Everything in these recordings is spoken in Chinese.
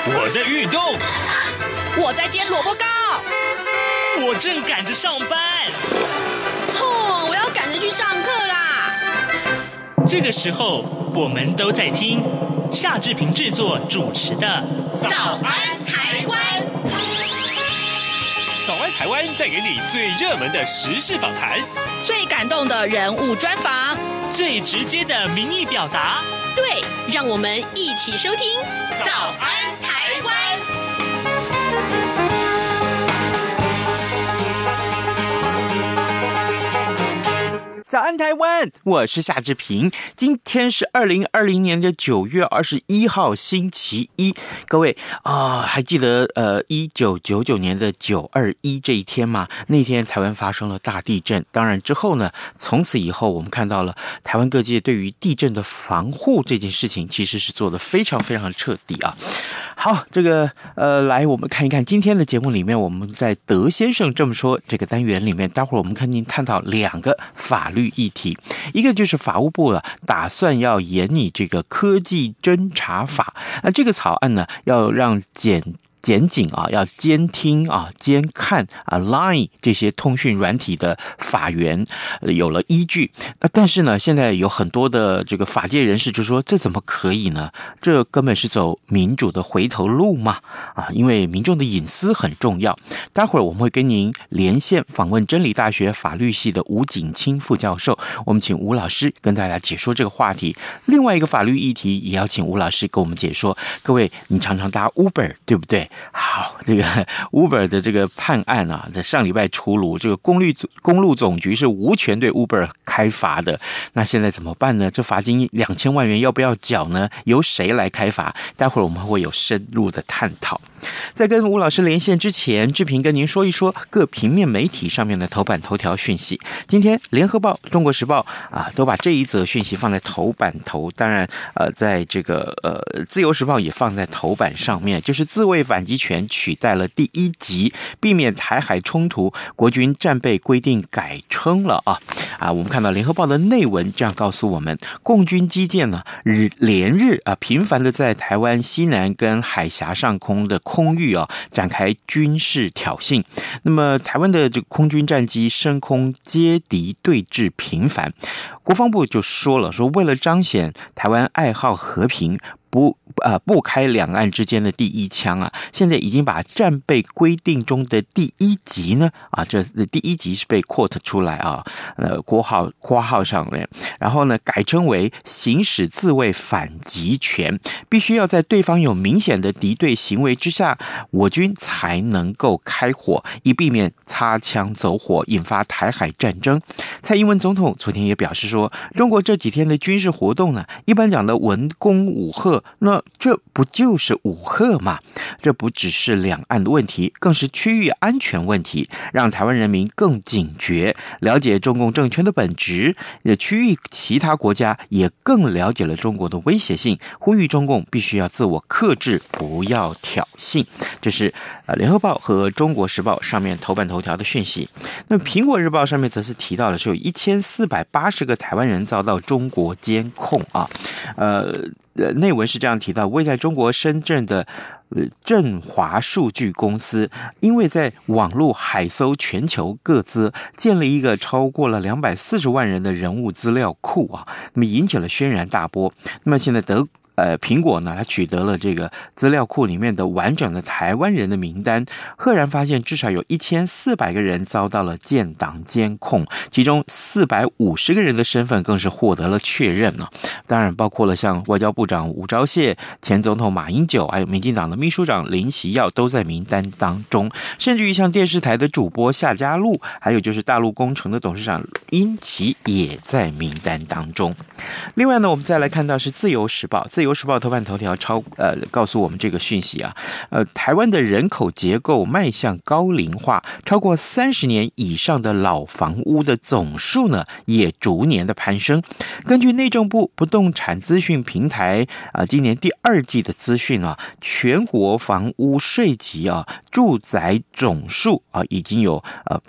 我在运动， 我在煎萝卜糕， 我正赶着上班。 我要赶着去上课啦。 这个时候，我们都在听夏志平制作主持的《 早安台湾》。 早安台湾带给你最热门的时事访谈， 最感动的人物专访， 最直接的民意表达。 对，让我们一起收听《早安台湾》。 早安台湾，我是夏志平。今天是2020年的9月21号，星期一。各位还记得1999年的921这一天吗？那天台湾发生了大地震。当然之后呢，从此以后我们看到了台湾各界对于地震的防护这件事情，其实是做得非常非常的彻底啊。好，这个来我们看一看今天的节目里面，我们在德先生这么说这个单元里面，待会儿我们看到两个法律议题，一个就是法务部打算要研拟这个科技侦查法，那这个草案呢，要让检警要监听监看Line 这些通讯软体的法源有了依据。但是呢，现在有很多的这个法界人士就说，这怎么可以呢？这根本是走民主的回头路嘛！因为民众的隐私很重要。待会儿我们会跟您连线访问真理大学法律系的吴景清副教授，我们请吴老师跟大家解说这个话题。另外一个法律议题也要请吴老师跟我们解说。各位，你常常搭 Uber 对不对？好，这个 Uber 的这个判案在上礼拜出炉，这个公路总局是无权对 Uber 开罚的。那现在怎么办呢？这罚金2000万元要不要缴呢？由谁来开罚？待会儿我们会有深入的探讨。在跟吴老师连线之前，志平跟您说一说各平面媒体上面的头版头条讯息。今天联合报、中国时报都把这一则讯息放在头版头，当然在这个自由时报也放在头版上面，就是自卫反击权取代了第1级，避免台海冲突，国军战备规定改称了我们看到联合报的内文这样告诉我们，共军机舰连日频繁的在台湾西南跟海峡上空的空域展开军事挑衅。那么台湾的这个空军战机升空接敌对峙频繁，国防部就说为了彰显台湾爱好和平，不开两岸之间的第一枪现在已经把战备规定中的第1级呢这第1级是被 quote 出来括号上面，然后呢改称为行使自卫反击权，必须要在对方有明显的敌对行为之下，我军才能够开火，以避免擦枪走火引发台海战争。蔡英文总统昨天也表示说，中国这几天的军事活动呢，一般讲的文攻武吓，那这不就是武吓吗？这不只是两岸的问题，更是区域安全问题，让台湾人民更警觉，了解中共政权的本质，区域其他国家也更了解了中国的威胁性，呼吁中共必须要自我克制，不要挑衅。这是联合报和中国时报上面头版头条的讯息。那么苹果日报上面则是提到的是有1480个台湾人遭到中国监控内文是这样提到，位在中国深圳的振华数据公司，因为在网络海搜全球各资，建了一个超过了240万人的人物资料库那么引起了轩然大波。那么现在苹果呢，它取得了这个资料库里面的完整的台湾人的名单，赫然发现至少有1400个人遭到了建档监控，其中450个人的身份更是获得了确认当然包括了像外交部长吴钊燮、前总统马英九，还有民进党的秘书长林锡耀都在名单当中，甚至于像电视台的主播夏嘉璐，还有就是大陆工程的董事长殷琦也在名单当中。另外呢，我们再来看到是自由时报头版头条告诉我们这个讯息台湾的人口结构迈向高龄化，超过30年以上的老房屋的总数呢也逐年的攀升。根据内政部不动产资讯平台今年第2季的资讯全国房屋税级住宅总数已经有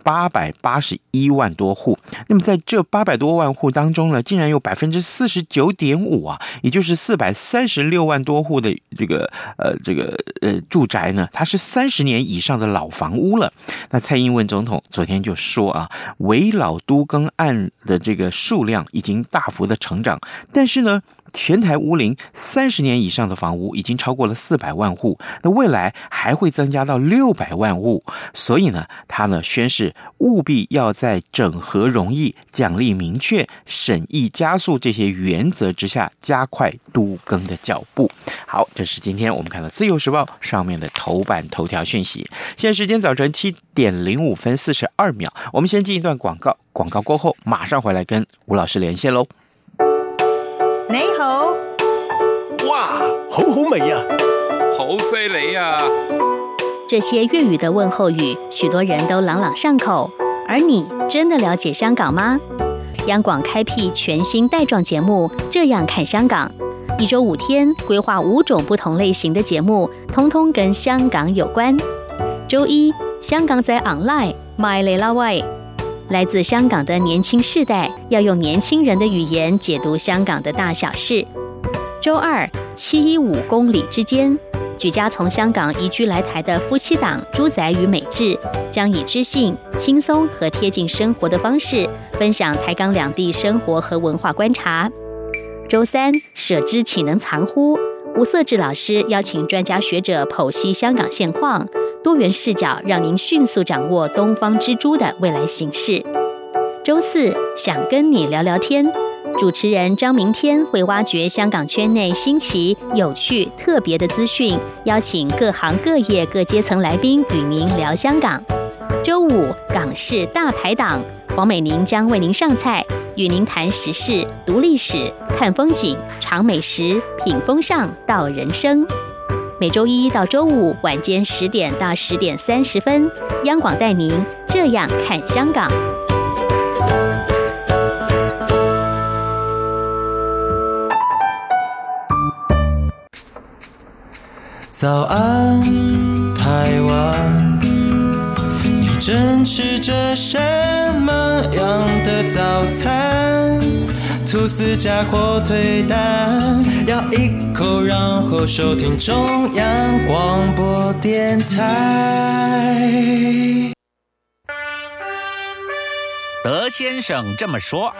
881万多户。那么在这800多万户当中呢，竟然有49.5%也就是430 36万多户的这个住宅呢，它是30年以上的老房屋了。那蔡英文总统昨天就说啊，危老都更案的这个数量已经大幅的成长，但是呢，全台屋龄30年以上的房屋已经超过了400万户，那未来还会增加到600万户。所以呢，他呢宣示务必要在整合容易、奖励明确、审议加速这些原则之下，加快都更的脚步。好，这是今天我们看到《自由时报》上面的头版头条讯息。现在时间早晨7点05分42秒，我们先进一段广告，广告过后马上回来跟吴老师连线喽。 你好， 哇，好好味啊， 好犀利啊！ 这些粤语的问候语，许多人都朗朗上口。而你真的了解香港吗？央广开辟全新带状节目《这样看香港》，一周5天，规划5种不同类型的节目，通通跟香港有关。周一，香港在 online 買你啦喂，来自香港的年轻世代要用年轻人的语言解读香港的大小事。周二，715公里之间，举家从香港移居来台的夫妻档朱仔与美智，将以知性、轻松和贴近生活的方式，分享台港两地生活和文化观察。周三，舍之岂能藏乎？吴瑟智老师邀请专家学者剖析香港现况，多元视角让您迅速掌握东方之珠的未来形势。周四，想跟你聊聊天，主持人张明天会挖掘香港圈内新奇、有趣、特别的资讯，邀请各行各业各阶层来宾与您聊香港。周五，港式大排档，黄美玲将为您上菜，与您谈时事、读历史、看风景、尝美食、品风尚到人生。每周一到周五晚间10点到10点30分，央广带您这样看香港。 早安，台湾，你正吃着什么样的早餐？吐司加火腿蛋，咬一口，然后收听中央广播电台。 德先生这么说。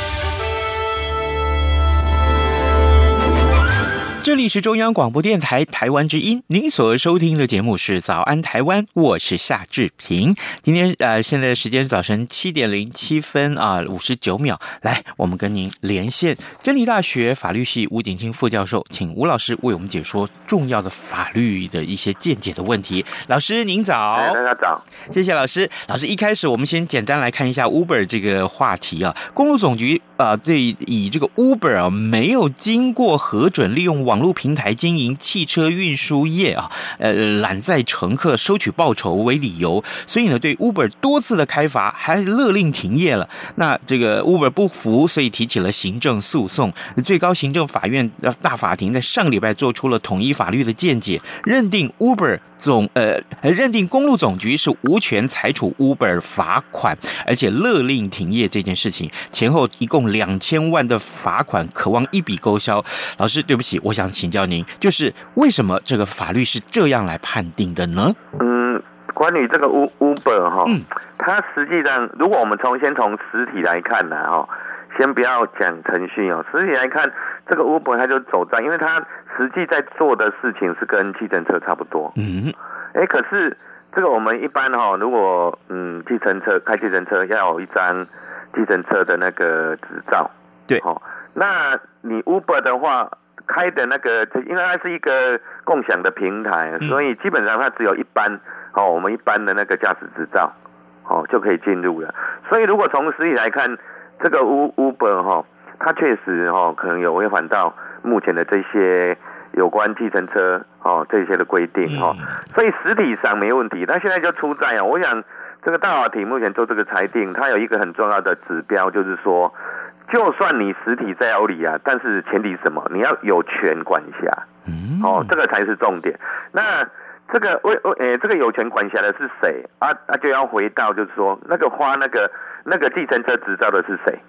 这里是中央广播电台台湾之音，您所收听的节目是早安台湾，我是夏志平。今天现在的时间早晨7点07分59秒，来我们跟您连线真理大学法律系吴景清副教授，请吴老师为我们解说重要的法律的一些见解的问题。老师您早。 大家早， 谢谢老师。老师一开始我们先简单来看一下 Uber 这个话题啊，公路总局对以这个 Uber 没有经过核准利用网络平台经营汽车运输业揽载乘客收取报酬为理由，所以呢对 Uber 多次的开罚，还勒令停业了。那这个 Uber 不服，所以提起了行政诉讼。最高行政法院大法庭在上礼拜做出了统一法律的见解，认定 Uber 认定公路总局是无权裁处 Uber 罚款，而且勒令停业这件事情，前后一共2000万的罚款，渴望一笔勾销。老师，对不起，我想请教您，就是为什么这个法律是这样来判定的呢？ 关于这个 Uber 它实际上，如果我们先从实体来看呢先不要讲程序实体来看，这个 Uber 它就走在，因为它实际在做的事情是跟计程车差不多。可是这个我们一般如果开计程车要有一张计程车的那个执照， 对， 那你 Uber 的话开的那个，因为它是一个共享的平台，所以基本上它只有我们一般的那个驾驶执照就可以进入了。所以如果从实体来看，这个 Uber 它确实可能有违反到目前的这些有关计程车这些的规定所以实体上没问题。那现在就出在我想这个大法庭目前做这个裁定，它有一个很重要的指标，就是说就算你实体在有理但是前提是什么？你要有权管辖这个才是重点。那这个这个有权管辖的是谁就要回到就是说那个花那个计程车执照的是谁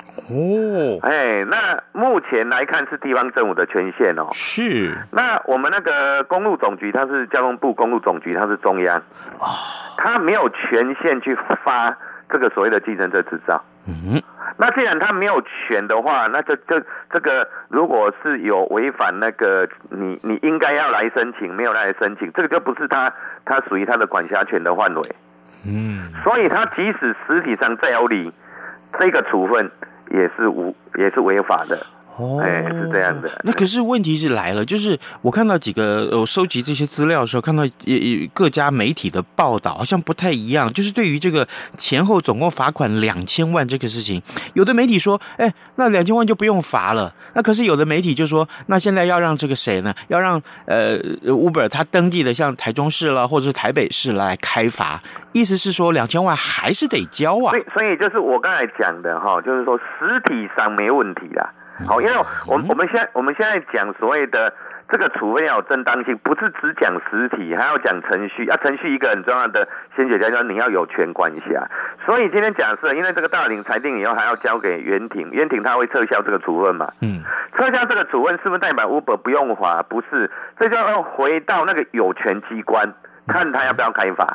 那目前来看是地方政府的权限哦。 是。 那我们那个公路总局，它是交通部公路总局，它是中央，它没有权限去发这个所谓的计程车执照。那既然他没有权的话，那就这个如果是有违反那个你应该要来申请，没有来申请，这个就不是他属于他的管辖权的范围。所以他即使实体上再有理，这个处分也是违法的。是这样的。 那可是问题是来了，就是我看到几个我收集这些资料的时候，看到各家媒体的报道好像不太一样，就是对于这个前后总共罚款2000万这个事情，有的媒体说，那2000万就不用罚了。那可是有的媒体就说，那现在要让这个谁呢？要让Uber 他登记的像台中市啦，或者是台北市来开罚，意思是说2000万还是得交啊。 所以就是我刚才讲的哈，就是说实体上没问题啦。好，因为我们现在讲所谓的这个处分要有正当性，不是只讲实体，还要讲程序。程序一个很重要的先决条件，你要有权管辖。所以今天假设，因为这个大庭裁定以后，还要交给原庭他会撤销这个处分嘛？撤销这个处分是不是代表 Uber 不用罚？不是，这就要回到那个有权机关，看他要不要开罚。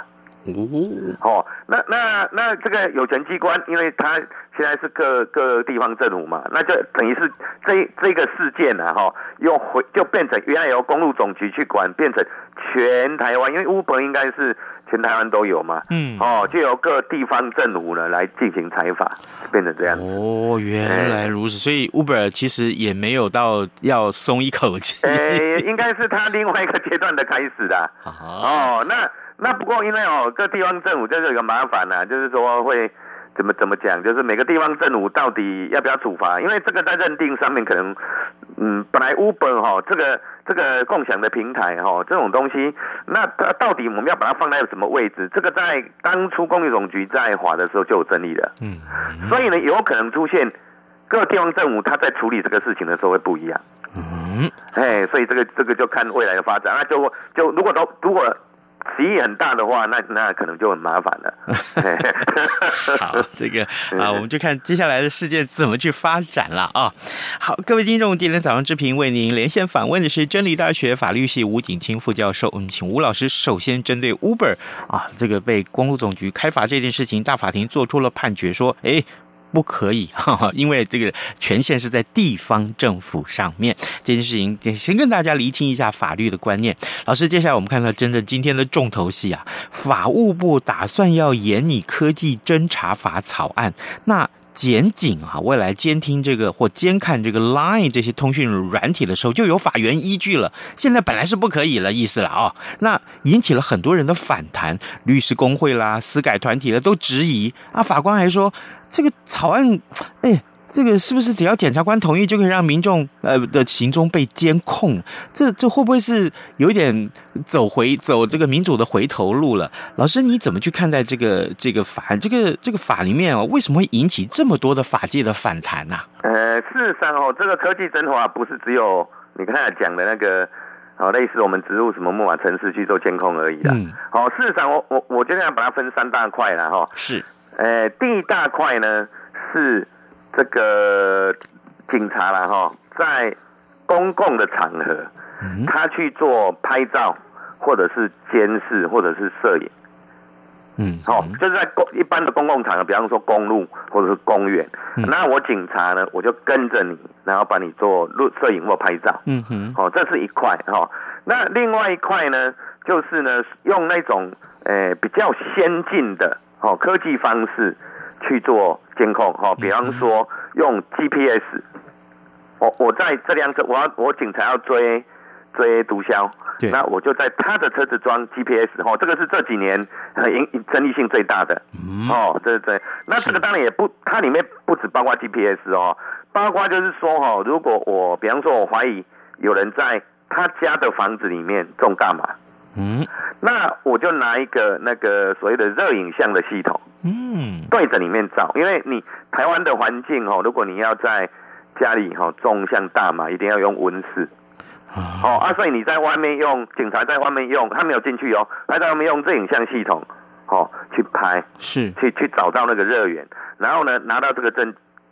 那这个有权机关，因为他现在是各地方政府嘛，那就等于是这个事件啊，就变成原来由公路总局去管，变成全台湾，因为 Uber 应该是全台湾都有嘛，就由各地方政府呢来进行裁罚，变成这样子。 原来如此，所以 Uber 其实也没有到要松一口气， 应该是他另外一个阶段的开始的。那不过因为各地方政府就是有个麻烦啊，就是说会怎么讲，就是每个地方政府到底要不要处罚？因为这个在认定上面可能，本来 Uber 这个共享的平台这种东西，那它到底我们要把它放在什么位置？这个在当初公路总局在划的时候就有争议的。所以呢，有可能出现各地方政府他在处理这个事情的时候会不一样。所以这个就看未来的发展。那就如果歧义很大的话，那可能就很麻烦了。 好，这个我们就看接下来的事件怎么去发展了啊。好，各位听众，今天早上之平为您连线访问的是真理大学法律系吴景清副教授。我们请吴老师首先针对 Uber 这个被公路总局开罚这件事情，大法庭做出了判决说，不可以，因为这个权限是在地方政府上面。这件事情先跟大家厘清一下法律的观念。老师，接下来我们看到真正今天的重头戏啊，法务部打算要研拟科技侦查法草案。那检警未来监听这个或监看这个 Line 这些通讯软体的时候，就有法源依据了。现在本来是不可以了意思了那引起了很多人的反弹，律师工会啦、司改团体啦都质疑法官还说这个草案，这个是不是只要检察官同意就可以让民众的行踪被监控？这会不会是有一点走这个民主的回头路了？老师，你怎么去看待这个法案？这个法里面为什么会引起这么多的法界的反弹呢？ 事实上这个科技侦查不是只有你刚才讲的那个类似我们植入什么木马程式去做监控而已啦。事实上我觉得要把它分3大块啦是， 第一大块呢是这个警察啦在公共的场合，他去做拍照或者是监视或者是摄影，就是在一般的公共场合，比方说公路或者是公园，那我警察呢，我就跟着你，然后帮你做摄影或拍照，这是一块那另外一块呢，就是呢用那种比较先进的科技方式去做监控比方说用 GPS， 我在这辆车，我警察要追毒枭，那我就在他的车子装 GPS 这个是这几年争议性最大的对。那这个当然它里面不只包括 GPS 包括就是说如果我比方说我怀疑有人在他家的房子里面种大麻，那我就拿一个那个所谓的热影像的系统，对着里面照，因为你台湾的环境如果你要在家里种像大麻，一定要用温室，所以你在外面用，警察在外面用，他没有进去他在外面用热影像系统去拍，是去找到那个热源，然后呢拿到这个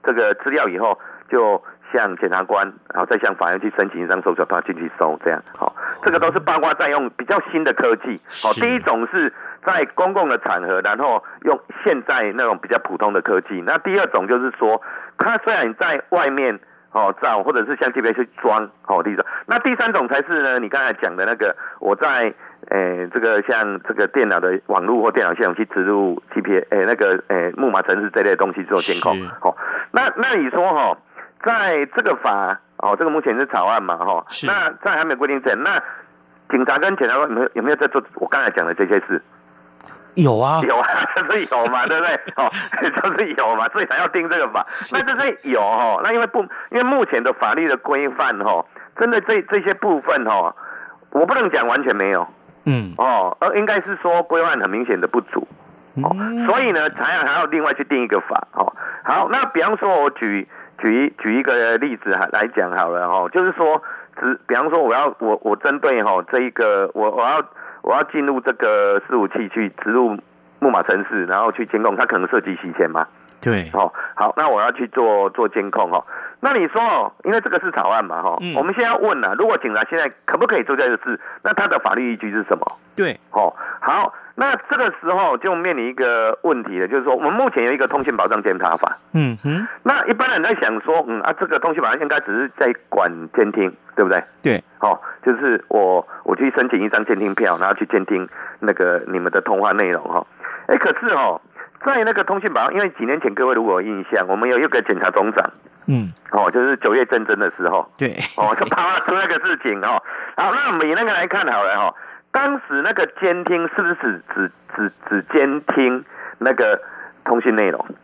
这个资料以后，就向检察官，然后再向法院去申请一张搜索票进去搜，这样好，这个都是包括在用比较新的科技。好，第一种是在公共的场合，然后用现在那种比较普通的科技。那第二种就是说，他虽然在外面照，或者是相机边去装，那第三种才是呢，你刚才讲的那个，我在这个像这个电脑的网络或电脑系统去植入 GPS 木马程式这类的东西做监控。那你说在这个法这个目前是草案嘛那在还没有规定前，那警察跟检察官有没有在做我刚才讲的这些事？ 有啊， 就是有嘛，对不对？就是有嘛，所以才要定这个法。那就是有那因为目前的法律的规范真的这些部分我不能讲完全没有，而应该是说规范很明显的不足，所以呢还要另外去定一个法好，那比方说我举一个例子来讲好了就是说比方说我针对这一个我要进入这个伺服器去植入木马程式，然后去监控，它可能涉及洗钱嘛？ 对， 好，那我要去做监控那你说因为这个是草案嘛我们现在要问如果警察现在可不可以做这个事？那他的法律依据是什么？对，好，那这个时候就面临一个问题了，就是说我们目前有一个通信保障监察法，那一般人在想说这个通信保障应该只是在管监听，对不对？对，就是我去申请一张监听票，然后去监听那个你们的通话内容可是在那个通信保障，因为几年前各位如果有印象，我们有一个检察总长，就是9月战争的时候，对，就怕出那个事情好，那我们以那个来看好了当时那个监听是不是只监听那个通讯内容？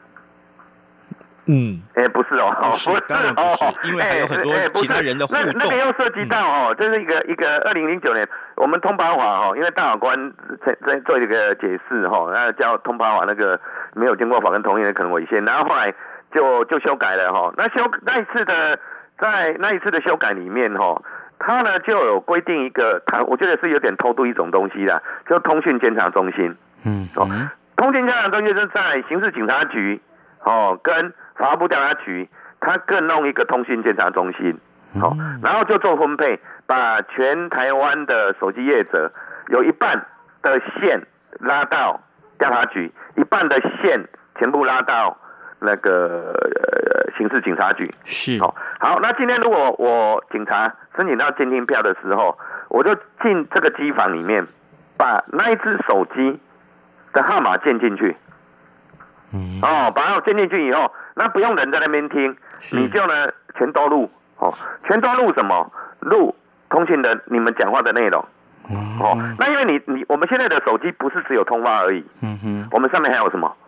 不是不是当然不是，因为还有很多其他人的互动。那个又涉及到就是一个2009年我们通báo法因为大法官在做一个解释那叫通báo法那个没有经过法官同意的可能违宪，然后后来就修改了那一次的修改里面他呢就有规定一个，我觉得是有点偷渡一种东西啦，就通讯监察中心。通讯监察中心是在刑事警察局跟法务部调查局，他各弄一个通讯监察中心，然后就做分配，把全台湾的手机业者有一半的线拉到调查局，一半的线全部拉到那个刑事警察局。是好，那今天如果我警察申请到监听票的时候，我就进这个机房里面，把那一只手机的号码建进去。把它建进去以后，那不用人在那边听，你就呢全都录全都录什么？录通讯的你们讲话的内容。那因为我们现在的手机不是只有通话而已，我们上面还有什么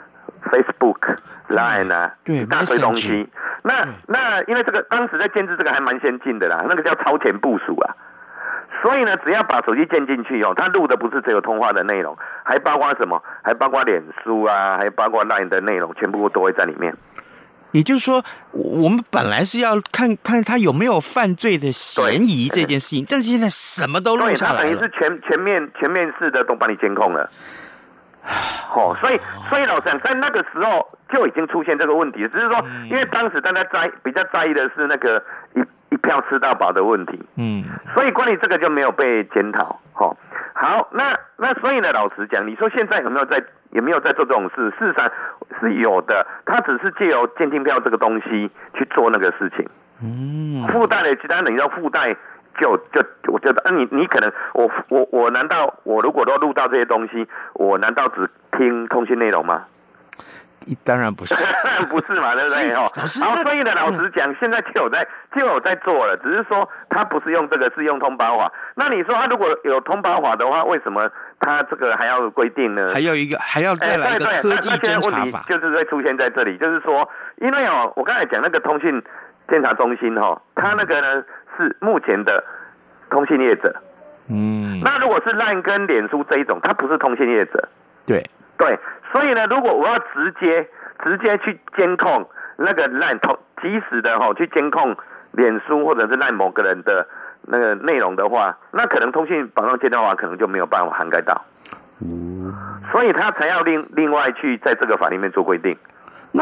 Facebook、Line 一大堆东西。那因为这个当时在建制这个还蛮先进的啦，那个叫超前部署啊。所以呢，只要把手机建进去它录的不是只有通话的内容，还包括什么？还包括脸书啊，还包括 LINE 的内容，全部都会在里面。 也就是说，我们本来是要看他有没有犯罪的嫌疑这件事情，但是现在什么都录下来了， 等于是全面式的都帮你监控了。所以老实讲，在那个时候就已经出现这个问题，只是说，因为当时大家比较在意的是那个一票吃到饱的问题，所以关于这个就没有被检讨。好，那所以呢，老实讲，你说现在有没有在做这种事？事实上是有的，他只是借由监听票这个东西去做那个事情。附带的其他人要附带。就我觉得你可能我难道我如果都录到这些东西，我难道只听通讯内容吗？ 当然不是， 不是嘛，对不对？所以呢，老实讲，现在就有在做了，只是说他不是用这个，是用通báo法。那你说他如果有通báo法的话，为什么他这个还要规定呢？ 还要再来一个科技监察法， 就是会出现在这里，就是说，因为我刚才讲那个通讯监察中心他那个呢是目前的通信业者。那如果是 LINE 跟脸书这一种，它不是通信业者。对，所以呢，如果我要直接去监控那个 LINE 及时的去监控脸书或者是 LINE 某个人的那个内容的话，那可能通信保障监察法可能就没有办法涵盖到。所以他才要另外去在这个法里面做规定。 那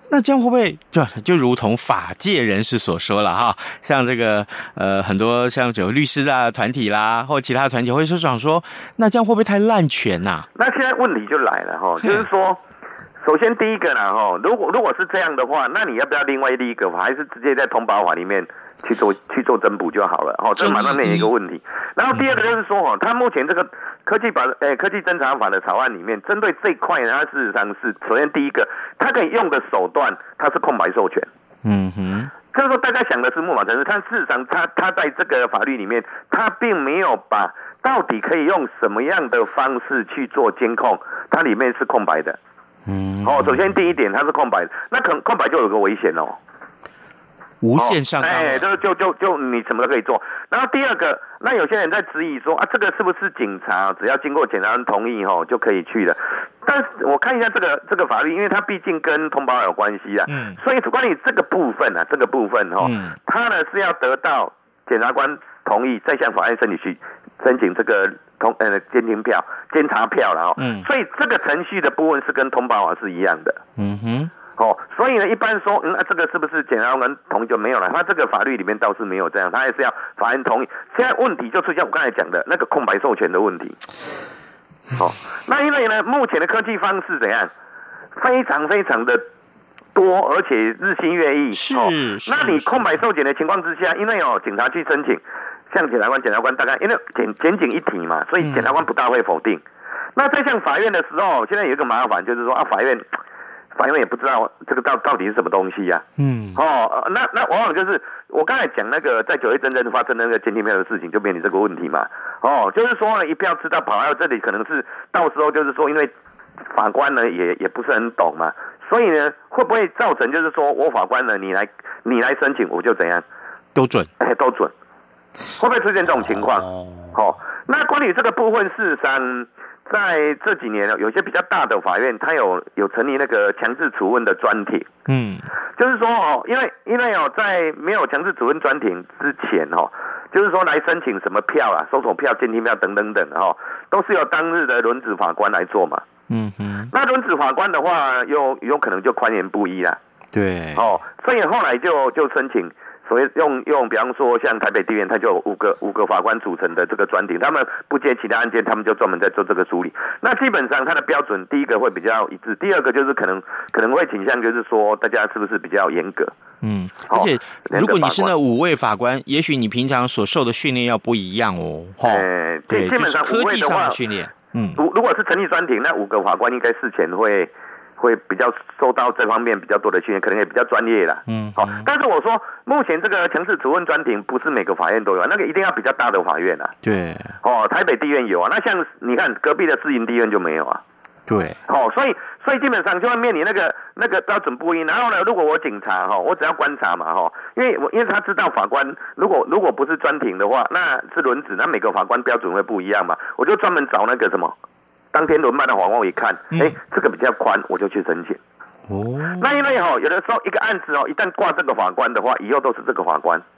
那这样会不会就如同法界人士所说了哈，像这个很多像有律师的团体啦，或其他团体会想说，那这样会不会太滥权呐？ 那现在问题就来了哈，就是说，首先第一个呢哈，如果是这样的话，那你要不要另外立一个法，还是直接在通保法里面去做增补就好了？哦，这马上面一个问题。然后第二个就是说哈，他目前这个科技侦查法的草案里面，针对这一块呢，它事实上是首先第一个，它可以用的手段，它是空白授权。嗯哼。就是说，大家想的是木马程式，但事实上它在这个法律里面，它并没有把到底可以用什么样的方式去做监控，它里面是空白的。哦，首先第一点它是空白的，那空白就有个危险哦， 无限上纲。 就你什么都可以做。然后第二个，那有些人在质疑说啊，这个是不是警察只要经过检察官同意就可以去的？但是我看一下这个法律，因为它毕竟跟通保有关系啊，所以关于这个部分它呢是要得到检察官同意，再向法院申请这个监察票了所以这个程序的部分是跟通保法是一样的。所以呢，一般说，这个是不是检察官同意就没有了？他这个法律里面倒是没有这样，他还是要法院同意。现在问题就出现我刚才讲的那个空白授权的问题。那因为呢，目前的科技方式怎样，非常非常的多，而且日新月异。那你空白授权的情况之下，因为警察去申请，向检察官大概因为检警一体嘛，所以检察官不大会否定。那在向法院的时候，现在有一个麻烦，就是说法院也不知道这个到底是什么东西呀。那往往就是我刚才讲那个在9月真正发生的那个监听票的事情，就面临这个问题嘛。就是说呢，一票知道跑到这里，可能是到时候就是说，因为法官呢也不是很懂嘛，所以呢会不会造成就是说我法官呢你来申请我就怎样都准， 都准，会不会出现这种情况？那关于这个部分，事实上在这几年有些比较大的法院，它有成立那个强制处分的专庭。就是说因为在没有强制处分专庭之前就是说来申请什么票啊、搜索票、监听票等等等都是由当日的轮值法官来做嘛。那轮值法官的话，有可能就宽严不一啦。 对。 所以后来就申请。所以用比方说像台北地院，它就有五个法官组成的这个专庭，他们不接其他案件，他们就专门在做这个处理。那基本上它的标准，第一个会比较一致，第二个就是可能会倾向就是说大家是不是比较严格。 而且如果你是那5位法官，也许你平常所受的训练要不一样哦。 对，基本上科技上的训练。 如果是成立专庭，那5个法官应该事前会比较受到这方面比较多的训练，可能也比较专业啦。但是我说，目前这个强制处分专庭不是每个法院都有，那个一定要比较大的法院啊。 对。 台北地院有啊，那像你看隔壁的市营地院就没有啊。 对。 所以基本上就会面临那个标准不一。然后呢，如果我警察我只要观察嘛因为他知道法官如果不是专庭的话，那是轮值，那每个法官标准会不一样嘛，我就专门找那个什么。当天轮班的法官，我一看，这个比较宽，我就去申请。那因为有的时候一个案子一旦挂这个法官的话，以后都是这个法官。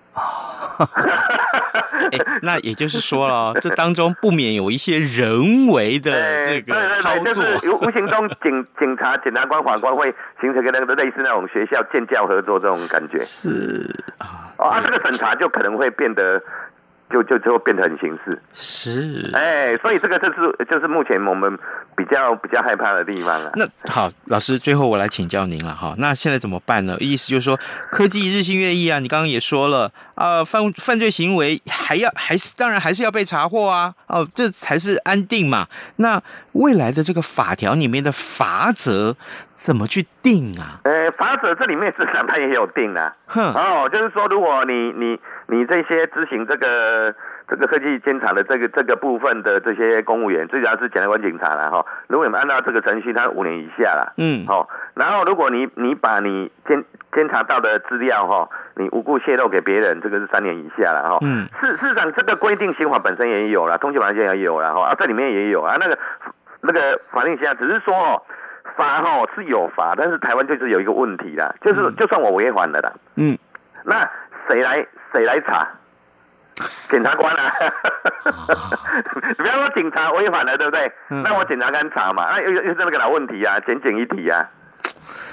那也就是说了，这当中不免有一些人为的这个操作， 就是无形中检察官、法官会形成一个类似那种学校建教合作这种感觉。 是这个审查就可能会变得。就变得很形式，所以这个就是目前我们比较害怕的地方了。 那好，老师，最后我来请教您了哈。那现在怎么办呢？意思就是说，科技日新月异啊，你刚刚也说了犯罪行为当然还是要被查获啊，这才是安定嘛。那未来的这个法条里面的罚则怎么去定啊？ 罚则这里面事实上它也有定啊。就是说，如果你这些执行这个科技监察的这个部分的这些公务员，最主要是检察官、警察啦如果你们按照这个程序，它5年以下啦。然后如果你把你监察到的资料你无故泄露给别人，这个是3年以下啦事实上这个规定刑法本身也有啦，通缉法也有啦这里面也有啊。那个法令下只是说罚是有罚，但是台湾就是有一个问题啦，就是就算我违反了啦，那谁来查？检察官啊，比方说警察违反了，对不对？那我检察官查嘛，又是那个老问题啊，检警一体啊。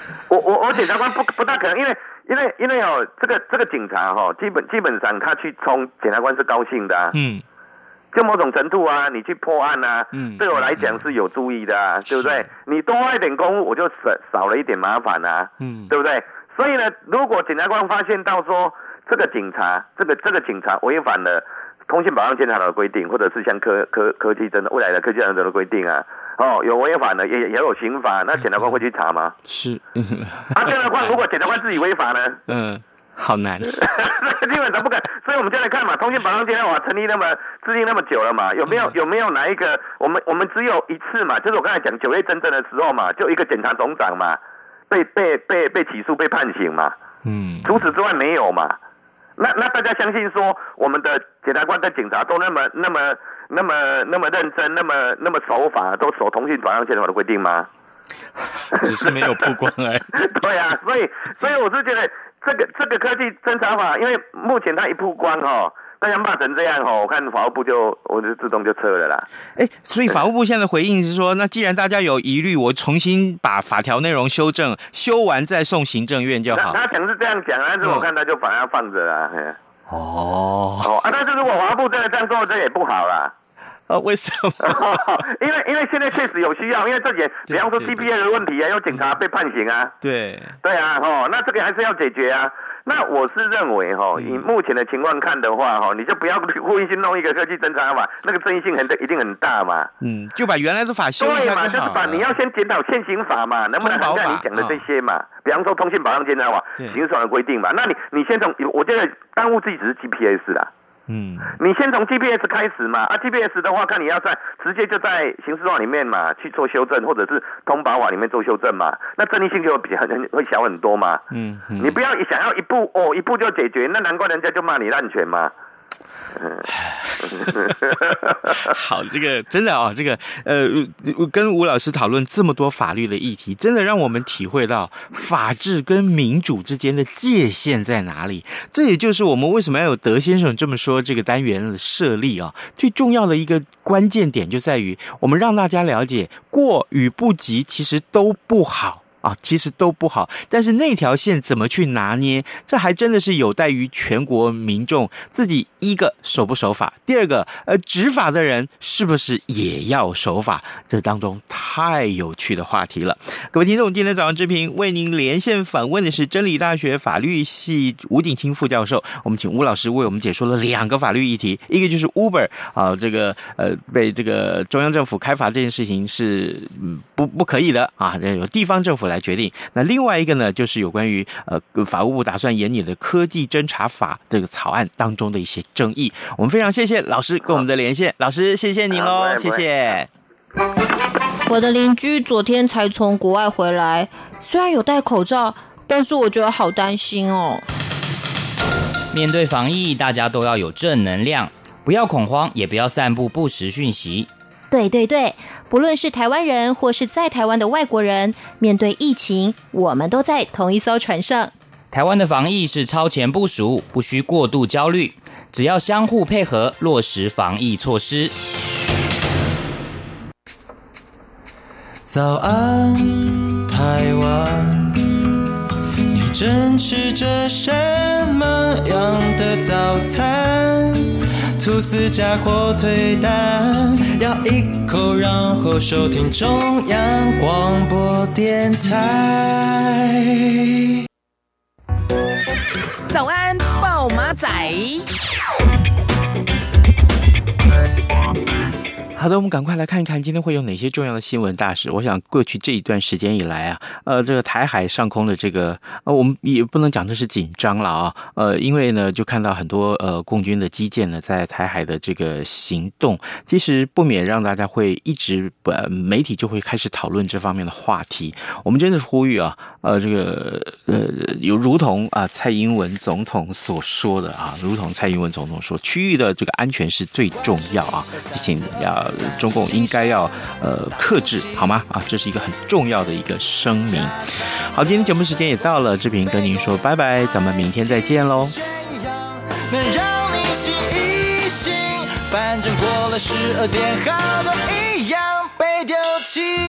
我检察官不大可能，因为哦，这个警察哦，基本上他去冲检察官是高兴的啊，就某种程度啊，你去破案啊，对我来讲是有注意的啊，对不对？你多花一点功夫，我就少了一点麻烦啊，对不对？所以呢，如果检察官发现到说这个警察违反了通信保障监察的规定，或者是像未来的科技侦查的规定啊，有违反的也有刑罚，那检察官会去查吗？ 是。 检察官如果检察官自己违法呢？ 好难。 基本上不敢，所以我们就来看嘛，通信保障监察法成立制定那么久了嘛，有没有哪一个我们只有一次嘛，就是我刚才讲9月真正的时候嘛，就一个检察总长嘛，被起诉被判刑嘛，除此之外没有嘛。那大家相信说我们的检察官跟警察都那么认真，那么守法，都守通信保障监察法的规定吗？ 只是没有曝光而已。 对啊，所以我是觉得这个科技侦查法，因为目前它一曝光大家骂成这样我看法务部我就自动就撤了啦。 所以法务部现在的回应是说，那既然大家有疑虑，我重新把法条内容修正，修完再送行政院就好。 他讲是这样讲，但是我看他就反而放着啦。但是如果法务部真的这样做，这也不好啦。 为什么？ 因为现在确实有需要，因为这也比方说 CPA 的问题啊，有警察被判刑啊。对啊，那这个还是要解决啊。那我是认为以目前的情况看的话你就不要故意去弄一个科技侦查法，那个争议性一定很大嘛。就把原来的法修一下就好了。对嘛，就是把你要先检讨现行法嘛，能不能涵盖你讲的这些嘛？比方说通信保障监察法、刑事法的规定嘛。那你先从，我觉得当务之急只是 GPS 啦。你先从 GPS 开始嘛，GPS 的话，看你要直接就在刑事法里面嘛去做修正，或者是通保法里面做修正嘛，那争议性就会小很多嘛。你不要想要一步就解决，那难怪人家就骂你滥权嘛。 好，这个真的这个跟吴老师讨论这么多法律的议题，真的让我们体会到法治跟民主之间的界限在哪里。这也就是我们为什么要有德先生这么说这个单元的设立最重要的一个关键点就在于我们让大家了解过与不及其实都不好。其实都不好，但是那条线怎么去拿捏，这还真的是有待于全国民众自己一个守不守法，第二个执法的人是不是也要守法，这当中太有趣的话题了。各位听众，今天早上之评为您连线访问的是真理大学法律系吴景清副教授，我们请吴老师为我们解说了2个法律议题，一个就是 Uber 这个被这个中央政府开罚这件事情是不可以的由地方政府来决定。那另外一个呢，就是有关于法务部打算研拟的科技侦查法这个草案当中的一些争议。我们非常谢谢老师跟我们的连线，老师谢谢您喽，谢谢。 我的邻居昨天才从国外回来，虽然有戴口罩，但是我觉得好担心哦。 面对防疫，大家都要有正能量，不要恐慌，也不要散布不实讯息。 对，不论是台湾人或是在台湾的外国人，面对疫情，我们都在同一艘船上。 台湾的防疫是超前部署，不需过度焦虑，只要相互配合，落实防疫措施。 早安，台湾，你正吃着什么样的早餐？吐司加火腿蛋，咬一口，然后收听中央广播电台。 早安，暴马仔。 好的，我们赶快来看一看今天会有哪些重要的新闻大事。我想过去这一段时间以来这个台海上空的这个我们也不能讲这是紧张了因为呢就看到很多共军的基建呢在台海的这个行动，其实不免让大家会一直媒体就会开始讨论这方面的话题。我们真的是呼吁这个有如同蔡英文总统所说的如同蔡英文总统说，区域的这个安全是最重要请中共应该要克制，好吗？这是一个很重要的一个声明。好，今天节目时间也到了，志平跟您说拜拜，咱们明天再见喽。 能让你醒一醒，反正过了12点，好多一样被丢弃。